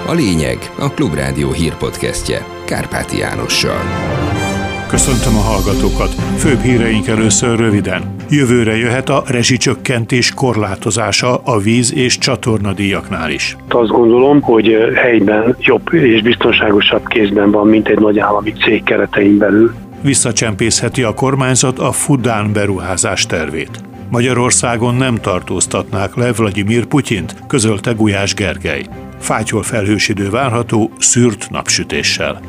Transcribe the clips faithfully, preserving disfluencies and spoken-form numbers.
A lényeg a Klubrádió hírpodcastje Kárpáti Jánossal. Köszöntöm a hallgatókat! Főbb híreink először röviden. Jövőre jöhet a rezsicsökkentés korlátozása a víz- és csatornadíjaknál is. Azt gondolom, hogy helyben jobb és biztonságosabb kézben van, mint egy nagy állami cég keretein belül. Visszacsempészheti a kormányzat a Fudán beruházás tervét. Magyarországon nem tartóztatnák le Vladimir Putyint, közölte Gulyás Gergely. Fátyol felhős idő várható, szűrt napsütéssel.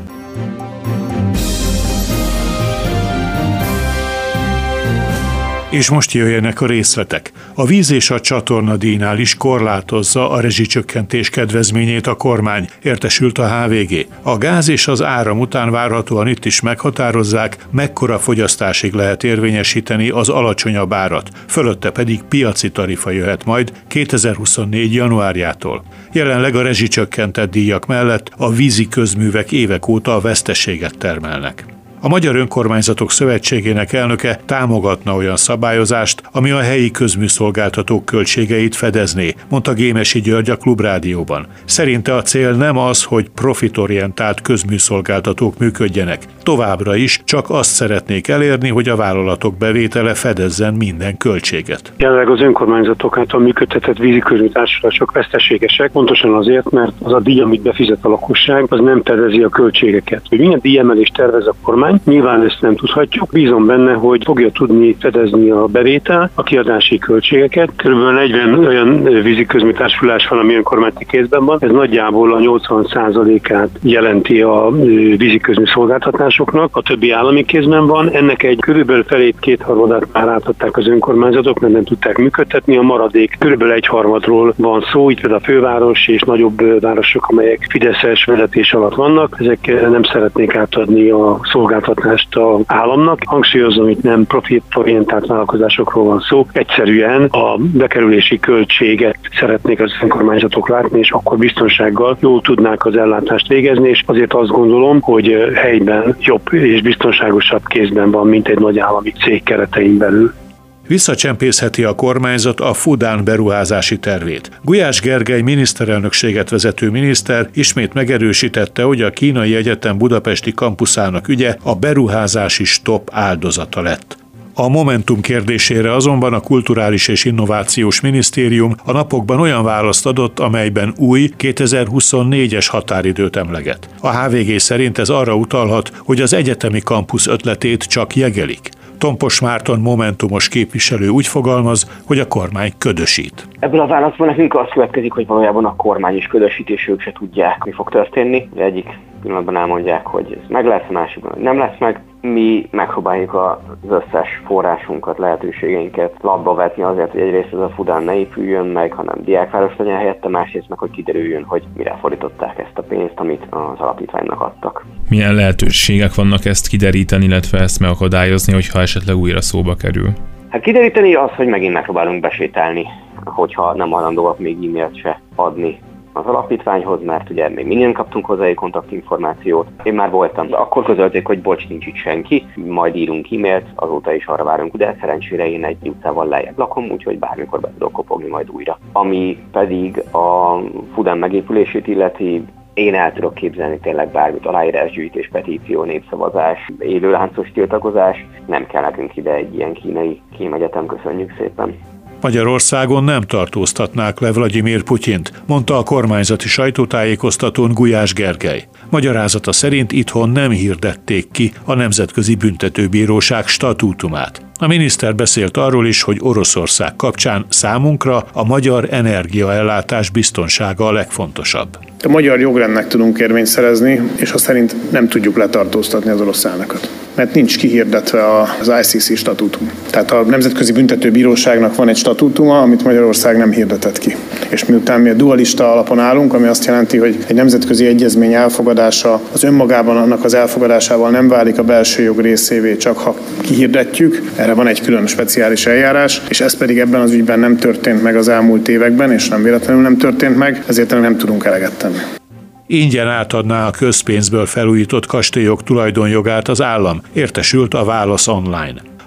És most jöjjenek a részletek. A víz és a csatornadíjnál is korlátozza a rezsicsökkentés kedvezményét a kormány, értesült a há vé gé. A gáz és az áram után várhatóan itt is meghatározzák, mekkora fogyasztásig lehet érvényesíteni az alacsonyabb árat, fölötte pedig piaci tarifa jöhet majd kétezer-huszonnégy januárjától. Jelenleg a rezsicsökkentett díjak mellett a vízi közművek évek óta a veszteséget termelnek. A Magyar Önkormányzatok Szövetségének elnöke támogatna olyan szabályozást, ami a helyi közműszolgáltatók költségeit fedezné, mondta Gémesi György a Klubrádióban. Szerinte a cél nem az, hogy profitorientált közműszolgáltatók működjenek. Továbbra is csak azt szeretnék elérni, hogy a vállalatok bevétele fedezzen minden költséget. Jelenleg az önkormányzatok által működtetett vízi közműtársulások veszteségesek, pontosan azért, mert az a díj, amit befizet a lakosság, az nem fedezi a költségeket. Hogy milyen díjemelést tervez a kormány, nyilván ezt nem tudhatjuk. Bízom benne, hogy fogja tudni fedezni a bevétel, a kiadási költségeket. Körülbelül negyven olyan vízi közműtársulás van, ami önkormányzati kézben van. Ez nagyjából a nyolcvan százalékát jelenti a vízi közműszolgáltatásoknak. A többi állami kézben van. Ennek egy körülbelül felét kétharmadát már átadták az önkormányzatok, mert nem tudták működtetni. A maradék körülbelül egyharmadról van szó, itt például a főváros és nagyobb városok, amelyek fideszes vezetés alatt vannak. Ezek nem szeretnék átadni a szolgáltatást az államnak. Hangsúlyozom, itt nem profitorientált vállalkozásokról van szó. Egyszerűen a bekerülési költséget szeretnék az önkormányzatok látni, és akkor biztonsággal jól tudnák az ellátást végezni, és azért azt gondolom, hogy helyben jobb és biztonságosabb kézben van, mint egy nagy állami cég keretein belül. Visszacsempészheti a kormányzat a Fudán beruházási tervét. Gulyás Gergely miniszterelnökséget vezető miniszter ismét megerősítette, hogy a Kínai Egyetem budapesti kampuszának ügye a beruházási stopp áldozata lett. A Momentum kérdésére azonban a Kulturális és Innovációs Minisztérium a napokban olyan választ adott, amelyben új kétezer-huszonnégyes határidőt emleget. A há vé gé szerint ez arra utalhat, hogy az egyetemi kampusz ötletét csak jegelik. Tompos Márton momentumos képviselő úgy fogalmaz, hogy a kormány ködösít. Ebből a válaszból nekünk az következik, hogy valójában a kormány is ködösít, és ők se tudják, mi fog történni. Egyik pillanatban elmondják, hogy ez meg lesz, a másikban, hogy nem lesz meg. Mi megpróbáljuk az összes forrásunkat, lehetőségeinket labba vetni azért, hogy egyrészt ez a Fudán ne épüljön meg, hanem diákváros legyen helyette, másrészt meg, hogy kiderüljön, hogy mire fordították ezt a pénzt, amit az alapítványnak adtak. Milyen lehetőségek vannak ezt kideríteni, illetve ezt megakadályozni, hogyha esetleg újra szóba kerül? Hát kideríteni az, hogy megint megpróbálunk besétálni, hogyha nem hajlandóak még e-mailt se adni az alapítványhoz, mert ugye még mindig kaptunk hozzá kontaktinformációt. Én már voltam, de akkor közölték, hogy bocs, nincs itt senki, majd írunk e-mailt, azóta is arra várunk, de szerencsére én egy utcával lejjebb lakom, úgyhogy bármikor be tudok kopogni majd újra. Ami pedig a Fudán megépülését illeti, én el tudok képzelni tényleg bármit, aláírásgyűjtés, petíció, népszavazás, élőláncos tiltakozás. Nem kell nekünk ide egy ilyen kínai kémegyetem, köszönjük szépen. Magyarországon nem tartóztatnák le Vladimir Putyint, mondta a kormányzati sajtótájékoztatón Gulyás Gergely. Magyarázata szerint itthon nem hirdették ki a Nemzetközi Büntetőbíróság statútumát. A miniszter beszélt arról is, hogy Oroszország kapcsán számunkra a magyar energiaellátás biztonsága a legfontosabb. A magyar jogrendnek tudunk érvényt szerezni, és azt szerint nem tudjuk letartóztatni az orosz elnököt, mert nincs kihirdetve az i cé cé statútum. Tehát a Nemzetközi Büntetőbíróságnak van egy statútuma, amit Magyarország nem hirdetett ki. És miután mi a dualista alapon állunk, ami azt jelenti, hogy egy nemzetközi egyezmény elfogadása az önmagában annak az elfogadásával nem válik a belső jog részévé, csak ha kihirdetjük, erre van egy külön speciális eljárás, és ez pedig ebben az ügyben nem történt meg az elmúlt években, és nem véletlenül nem történt meg, ezért nem tudunk eleget tenni. Ingyen átadná a közpénzből felújított kastélyok tulajdonjogát az állam, értesült a Válasz online.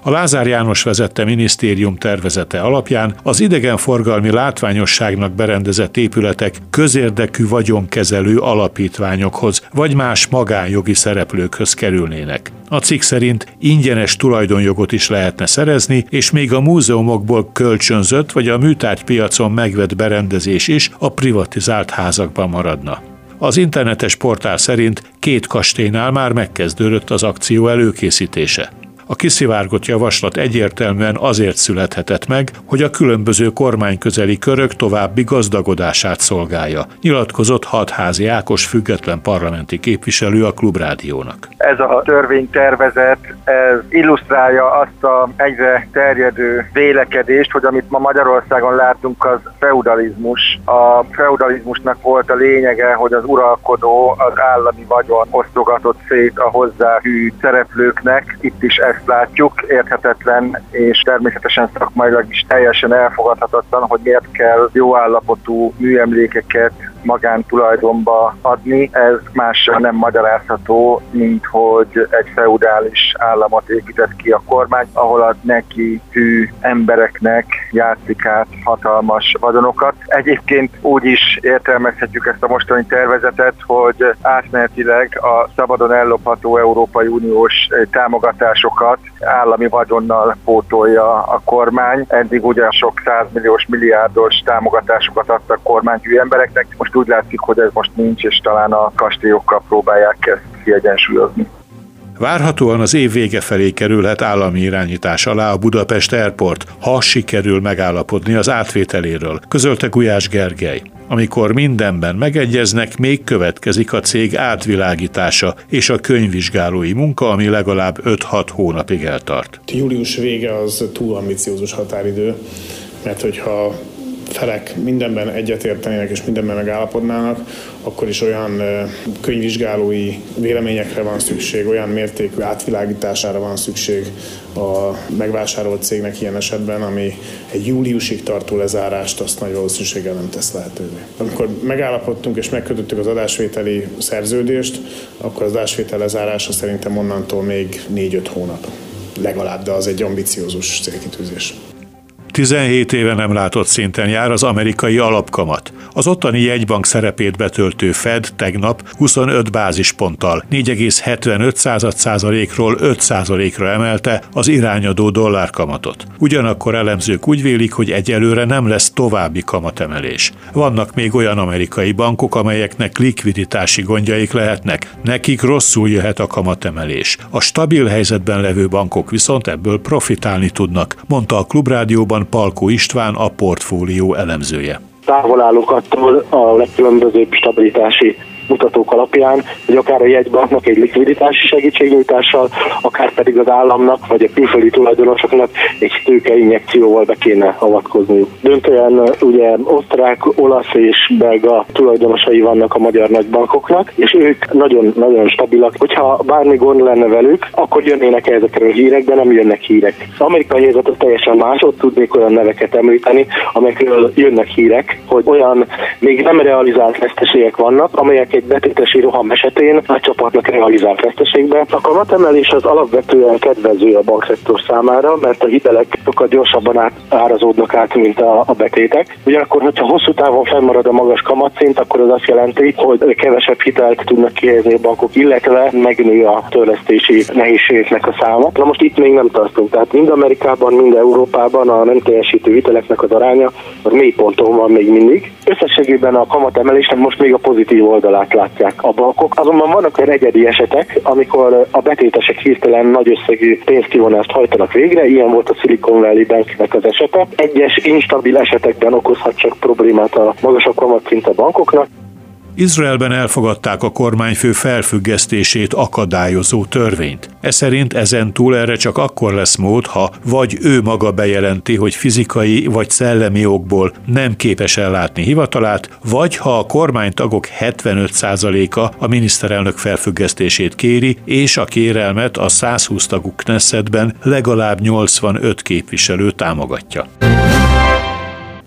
A Lázár János vezette minisztérium tervezete alapján az idegenforgalmi látványosságnak berendezett épületek közérdekű vagyonkezelő alapítványokhoz vagy más magánjogi szereplőkhöz kerülnének. A cikk szerint ingyenes tulajdonjogot is lehetne szerezni, és még a múzeumokból kölcsönzött vagy a műtárgypiacon megvett berendezés is a privatizált házakban maradna. Az internetes portál szerint két kastélynál már megkezdődött az akció előkészítése. A kiszivárgott javaslat egyértelműen azért születhetett meg, hogy a különböző kormányközeli körök további gazdagodását szolgálja, nyilatkozott Hatházi Ákos független parlamenti képviselő a Klubrádiónak. Ez a törvénytervezet ez illusztrálja azt a egyre terjedő vélekedést, hogy amit ma Magyarországon látunk, az feudalizmus. A feudalizmusnak volt a lényege, hogy az uralkodó az állami vagyon osztogatott szét a hozzá hű szereplőknek. Itt is ezt látjuk, érthetetlen és természetesen szakmailag is teljesen elfogadhatatlan, hogy miért kell jó állapotú műemlékeket magántulajdonba adni. Ez mással nem magyarázható, mint hogy egy feudális államot épített ki a kormány, ahol a neki hű embereknek játszik át hatalmas vagyonokat. Egyébként úgy is értelmezhetjük ezt a mostani tervezetet, hogy átmenetileg a szabadon ellopható Európai Uniós támogatásokat állami vagyonnal pótolja a kormány. Eddig ugye sok százmilliós, milliárdos támogatásokat adtak kormányhű embereknek. Most úgy látszik, hogy ez most nincs, és talán a kastélyokkal próbálják ezt kiegyensúlyozni. Várhatóan az év vége felé kerülhet állami irányítás alá a Budapest Airport, ha sikerül megállapodni az átvételéről, közölte Gulyás Gergely. Amikor mindenben megegyeznek, még következik a cég átvilágítása és a könyvvizsgálói munka, ami legalább öt-hat hónapig eltart. Július vége az túl ambiciózus határidő, mert hogyha felek mindenben egyetértenének és mindenben megállapodnának, akkor is olyan könyvvizsgálói véleményekre van szükség, olyan mértékű átvilágítására van szükség a megvásárolt cégnek ilyen esetben, ami egy júliusig tartó lezárást azt nagy valószínűséggel nem tesz lehetővé. Amikor megállapodtunk és megkötöttük az adásvételi szerződést, akkor az adásvétel lezárása szerintem onnantól még négy-öt hónap. Legalább, de az egy ambiciózus célkitűzés. tizenhét éve nem látott szinten jár az amerikai alapkamat. Az ottani jegybank szerepét betöltő Fed tegnap huszonöt bázisponttal, négy egész hetvenöt százalékról öt százalékra emelte az irányadó dollárkamatot. Ugyanakkor elemzők úgy vélik, hogy egyelőre nem lesz további kamatemelés. Vannak még olyan amerikai bankok, amelyeknek likviditási gondjaik lehetnek, nekik rosszul jöhet a kamatemelés. A stabil helyzetben levő bankok viszont ebből profitálni tudnak, mondta a Klubrádióban Palkó István, a portfólió elemzője. Távol állunk attól a legkülönbözőbb stabilitási mutatók alapján, hogy akár a jegybanknak egy likviditási segítségnyújtással, akár pedig az államnak vagy a külföldi tulajdonosoknak egy tőkeinjekcióval be kéne avatkozniuk. Döntően ugye osztrák, olasz és belga tulajdonosai vannak a magyar nagybankoknak, és ők nagyon-nagyon stabilak. Hogyha bármi gond lenne velük, akkor jönnének ezekről a hírek, de nem jönnek hírek. Az amerikai helyzet az teljesen más, ott tudnék olyan neveket említeni, amelyekről jönnek hírek, hogy olyan még nem realizált veszteségek vannak, amelyek egy betétesi roham esetén a csapatnak realizált veszteségbe. A kamatemelés az alapvetően kedvező a bankszektor számára, mert a hitelek sokkal gyorsabban árazódnak át, mint a, a betétek. Ugyanakkor, hogyha hosszú távon fennmarad a magas kamatszint, akkor az azt jelenti, hogy kevesebb hitelt tudnak kihelyezni a bankok, illetve megnő a törlesztési nehézségeknek a száma. Na most itt még nem tartunk, tehát mind Amerikában, mind Európában a nem teljesítő hiteleknek az aránya az mélyponton van még mindig. Összességében a kamatemelésnek most még a pozitív oldalát látják a bankok. Azonban vannak olyan egyedi esetek, amikor a betétesek hirtelen nagy összegű pénzkivonást hajtanak végre, ilyen volt a Silicon Valley Banknek az esete. Egyes instabil esetekben okozhat csak problémát a magasabb kamatszint a bankoknak. Izraelben elfogadták a kormányfő felfüggesztését akadályozó törvényt. Ez szerint ezentúl erre csak akkor lesz mód, ha vagy ő maga bejelenti, hogy fizikai vagy szellemi okból nem képes ellátni hivatalát, vagy ha a kormánytagok hetvenöt százaléka a miniszterelnök felfüggesztését kéri, és a kérelmet a százhúsz tagú Knessetben legalább nyolcvanöt képviselő támogatja.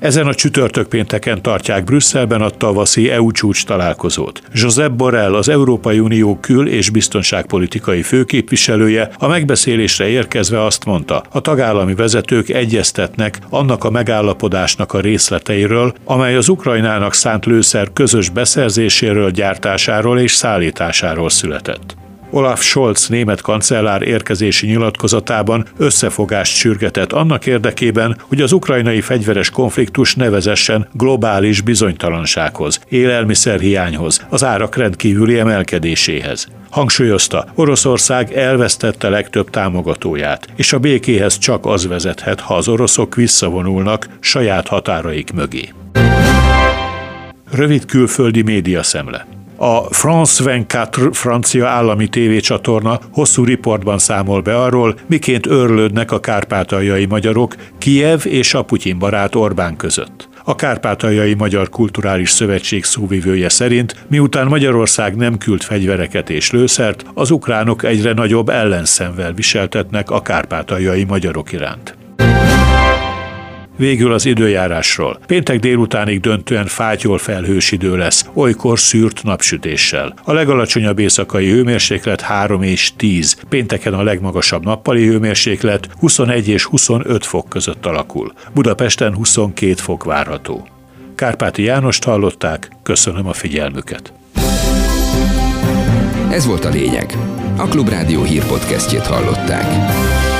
Ezen a csütörtök pénteken tartják Brüsszelben a tavaszi é u csúcs találkozót. Josep Borrell, az Európai Unió kül- és biztonságpolitikai főképviselője a megbeszélésre érkezve azt mondta, a tagállami vezetők egyeztetnek annak a megállapodásnak a részleteiről, amely az Ukrajnának szánt lőszer közös beszerzéséről, gyártásáról és szállításáról született. Olaf Scholz német kancellár érkezési nyilatkozatában összefogást sürgetett annak érdekében, hogy az ukrajnai fegyveres konfliktus ne vezessen globális bizonytalansághoz, élelmiszerhiányhoz, az árak rendkívüli emelkedéséhez. Hangsúlyozta, Oroszország elvesztette legtöbb támogatóját, és a békéhez csak az vezethet, ha az oroszok visszavonulnak saját határaik mögé. Rövid külföldi médiaszemle. A France huszonnégy francia állami tévécsatorna hosszú riportban számol be arról, miként őrlődnek a kárpátaljai magyarok Kijev és a Putyin barát Orbán között. A Kárpátaljai Magyar Kulturális Szövetség szóvivője szerint, miután Magyarország nem küld fegyvereket és lőszert, az ukránok egyre nagyobb ellenszenvvel viseltetnek a kárpátaljai magyarok iránt. Végül az időjárásról. Péntek délutánig döntően fátyol felhős idő lesz, olykor szűrt napsütéssel. A legalacsonyabb éjszakai hőmérséklet három és tíz, pénteken a legmagasabb nappali hőmérséklet huszonegy és huszonöt fok között alakul. Budapesten huszonkét fok várható. Kárpáti Jánost hallották, köszönöm a figyelmüket. Ez volt a lényeg. A Klubrádió hírpodcastjét hallották.